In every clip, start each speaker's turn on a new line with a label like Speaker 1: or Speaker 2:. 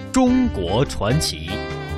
Speaker 1: 中国传奇。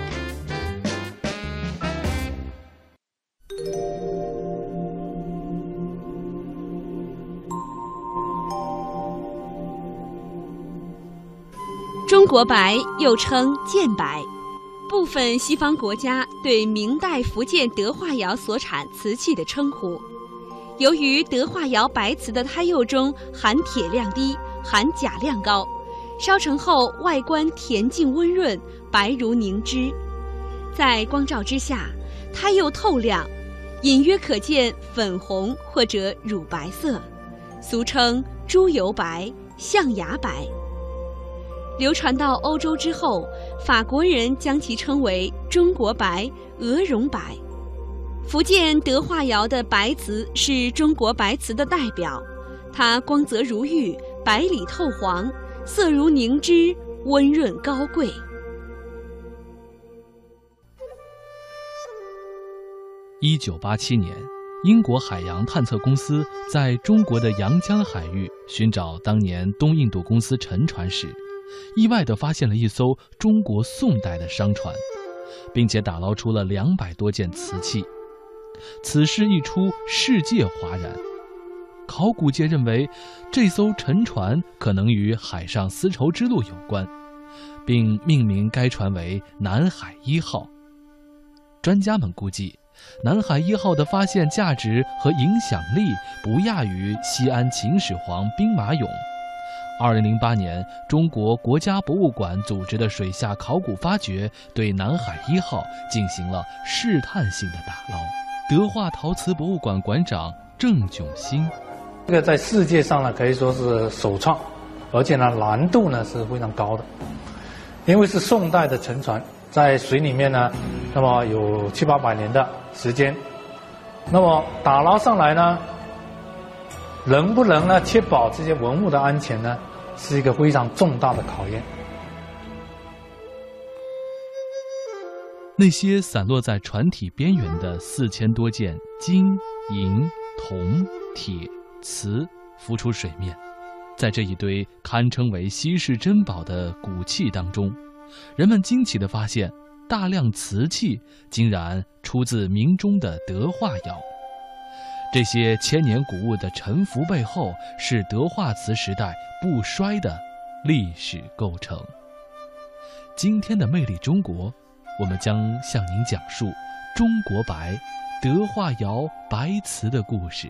Speaker 2: 中国白又称建白，部分西方国家对明代福建德化窑所产瓷器的称呼。由于德化窑白瓷的胎釉中含铁量低，含钾量高，烧成后外观恬静温润，白如凝脂，在光照之下，胎釉透亮，隐约可见粉红或者乳白色，俗称猪油白、象牙白。流传到欧洲之后，法国人将其称为中国白、鹅绒白。福建德化窑的白瓷是中国白瓷的代表，它光泽如玉，白里透黄，色如凝脂，温润高贵。
Speaker 3: 1987年，英国海洋探测公司在中国的阳江海域寻找当年东印度公司沉船时，意外地发现了一艘中国宋代的商船，并且打捞出了200多件瓷器。此事一出，世界哗然。考古界认为，这艘沉船可能与海上丝绸之路有关，并命名该船为南海1号。专家们估计，南海1号的发现价值和影响力不亚于西安秦始皇兵马俑。2008年，中国国家博物馆组织的水下考古发掘对南海1号进行了试探性的打捞。德化陶瓷博物馆馆长郑炯兴，
Speaker 4: 这个在世界上呢可以说是首创，而且呢难度呢是非常高的，因为是宋代的沉船，在水里面呢，那么有700-800年的时间，那么打捞上来呢，能不能呢确保这些文物的安全呢，是一个非常重大的考验。
Speaker 3: 那些散落在船体边缘的4000多件金、银、铜、铁、瓷浮出水面，在这一堆堪称为稀世珍宝的古器当中，人们惊奇地发现，大量瓷器竟然出自明中的德化窑。这些千年古物的沉浮背后，是德化瓷时代不衰的历史构成。今天的魅力中国，我们将向您讲述中国白、德化窑白瓷的故事。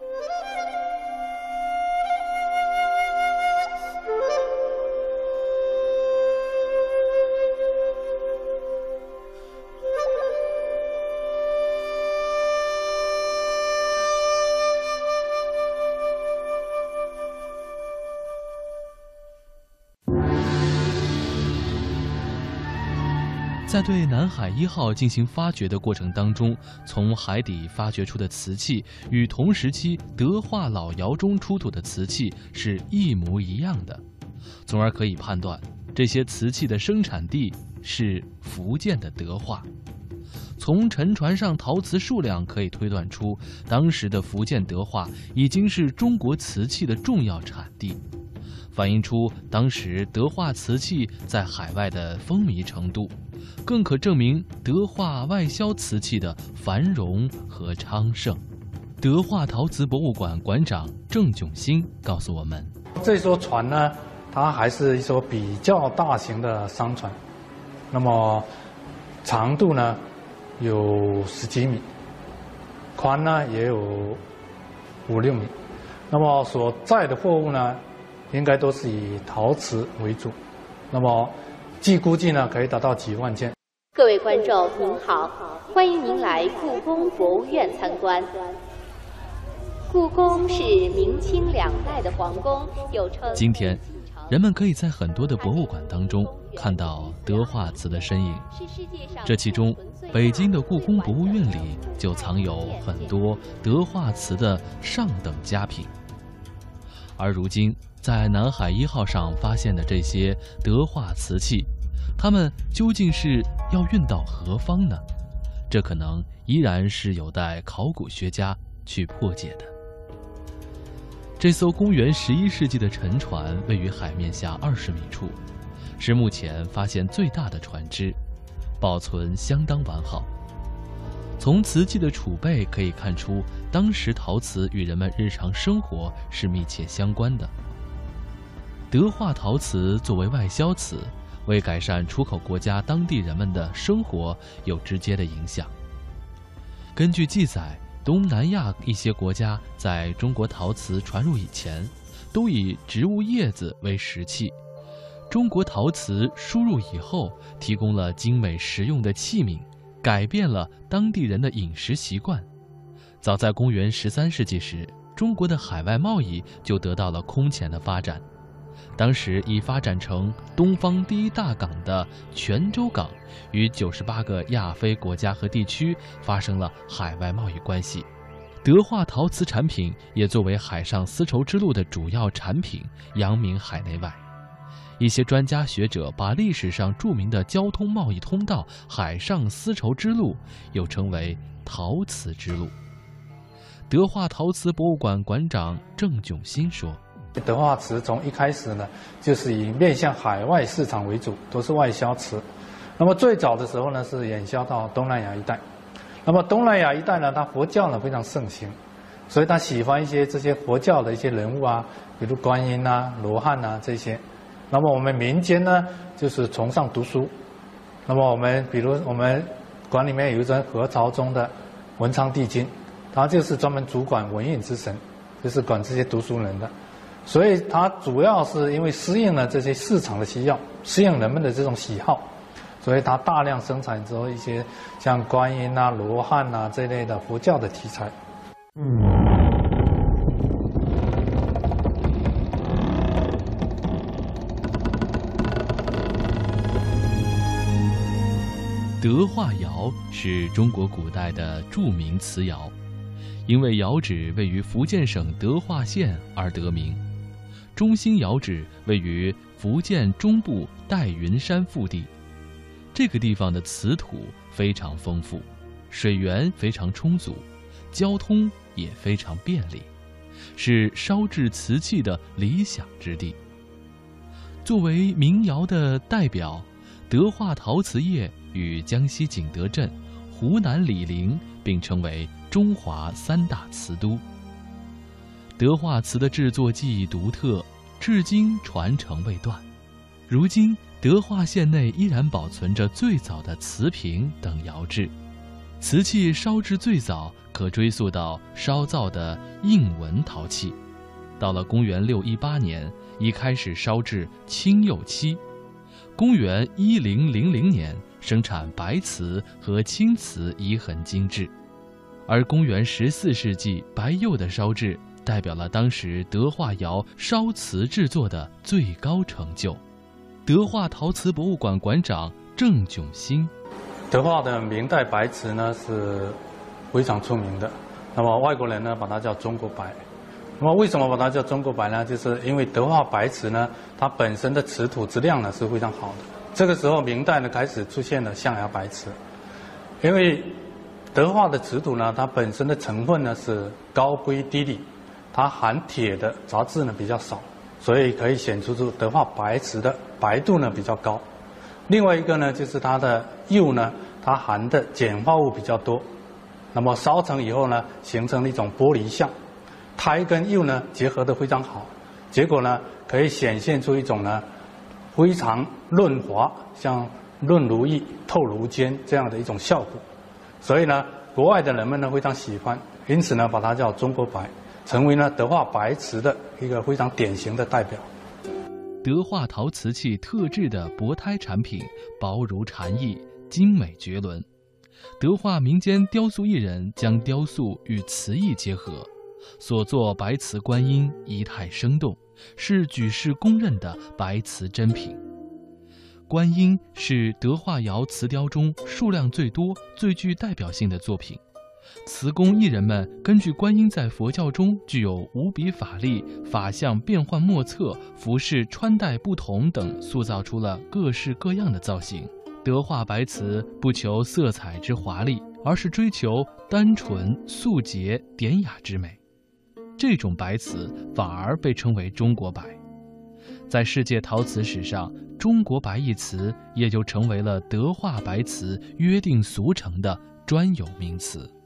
Speaker 3: 在对南海1号进行发掘的过程当中，从海底发掘出的瓷器与同时期德化老窑中出土的瓷器是一模一样的，从而可以判断这些瓷器的生产地是福建的德化。从沉船上陶瓷数量可以推断出，当时的福建德化已经是中国瓷器的重要产地，反映出当时德化瓷器在海外的风靡程度，更可证明德化外销瓷器的繁荣和昌盛。德化陶瓷博物馆馆长郑炯兴告诉我们，
Speaker 4: 这艘船呢，它还是一艘比较大型的商船，那么长度呢有10几米，宽呢也有5-6米，那么所载的货物呢应该都是以陶瓷为主，那么据估计呢可以达到几万件。
Speaker 5: 各位观众您好，欢迎您来故宫博物院参观。故宫是明清2代的皇宫，又称。
Speaker 3: 今天人们可以在很多的博物馆当中看到德化瓷的身影，这其中北京的故宫博物院里就藏有很多德化瓷的上等佳品。而如今在南海1号上发现的这些德化瓷器，它们究竟是要运到何方呢？这可能依然是有待考古学家去破解的。这艘公元11世纪的沉船位于海面下20米处， 是目前发现最大的船只，保存相当完好。从瓷器的储备可以看出，当时陶瓷与人们日常生活是密切相关的。德化陶瓷作为外销瓷，为改善出口国家当地人们的生活有直接的影响。根据记载，东南亚一些国家在中国陶瓷传入以前，都以植物叶子为食器。中国陶瓷输入以后，提供了精美实用的器皿，改变了当地人的饮食习惯。早在公元13世纪时，中国的海外贸易就得到了空前的发展。当时已发展成东方第一大港的泉州港，与98个亚非国家和地区发生了海外贸易关系。德化陶瓷产品也作为海上丝绸之路的主要产品，扬名海内外。一些专家学者把历史上著名的交通贸易通道海上丝绸之路又称为陶瓷之路。德化陶瓷博物馆馆长郑炯新说，
Speaker 4: 德化瓷从一开始呢，就是以面向海外市场为主，都是外销瓷。那么最早的时候呢，是远销到东南亚一带。那么东南亚一带呢，它佛教呢非常盛行，所以他喜欢一些这些佛教的一些人物啊，比如观音啊、罗汉啊这些。那么我们民间呢，就是崇尚读书。那么比如我们馆里面有一尊何朝宗的文昌帝君，他就是专门主管文运之神，就是管这些读书人的。所以它主要是因为适应了这些市场的需要，适应人们的这种喜好，所以它大量生产之后一些像观音啊、罗汉啊这类的佛教的题材。
Speaker 3: 德化窑是中国古代的著名瓷窑，因为窑址位于福建省德化县而得名。中兴窑址位于福建中部戴云山腹地，这个地方的瓷土非常丰富，水源非常充足，交通也非常便利，是烧制瓷器的理想之地。作为民窑的代表，德化陶瓷业与江西景德镇、湖南醴陵并称为中华3大瓷都。德化瓷的制作技艺独特，至今传承未断。如今，德化县内依然保存着最早的瓷瓶等窑制。瓷器烧制最早可追溯到烧造的应纹陶器，到了公元618年，已开始烧制青釉漆。公元1000年生产白瓷和青瓷已很精致，而公元14世纪白釉的烧制代表了当时德化窑烧瓷制作的最高成就。德化陶瓷博物馆馆长郑炯新，
Speaker 4: 德化的明代白瓷呢是非常出名的，那么外国人呢把它叫中国白。那么为什么把它叫中国白呢？就是因为德化白瓷呢，它本身的瓷土质量呢是非常好的。这个时候明代呢开始出现了象牙白瓷，因为德化的瓷土呢，它本身的成分呢是高硅低锂，它含铁的杂质呢比较少，所以可以显出德化白瓷的白度呢比较高。另外一个呢，就是它的釉呢，它含的碱化物比较多，那么烧成以后呢，形成了一种玻璃相。胎跟釉呢结合得非常好，结果呢可以显现出一种呢非常润滑，像润如玉、透如坚这样的一种效果。所以呢，国外的人们呢非常喜欢，因此呢把它叫中国白，成为呢德化白瓷的一个非常典型的代表。
Speaker 3: 德化陶瓷器特制的薄胎产品薄如蝉翼，精美绝伦。德化民间雕塑艺人将雕塑与瓷艺结合，所作白瓷观音仪态生动，是举世公认的白瓷珍品。观音是德化窑瓷雕中数量最多、最具代表性的作品。瓷工艺人们根据观音在佛教中具有无比法力、法相变幻莫测、服饰穿戴不同等，塑造出了各式各样的造型。德化白瓷不求色彩之华丽，而是追求单纯、素洁、典雅之美。这种白瓷反而被称为中国白。 在世界陶瓷史上，中国白一瓷也就成为了德化白瓷约定俗成的专有名词。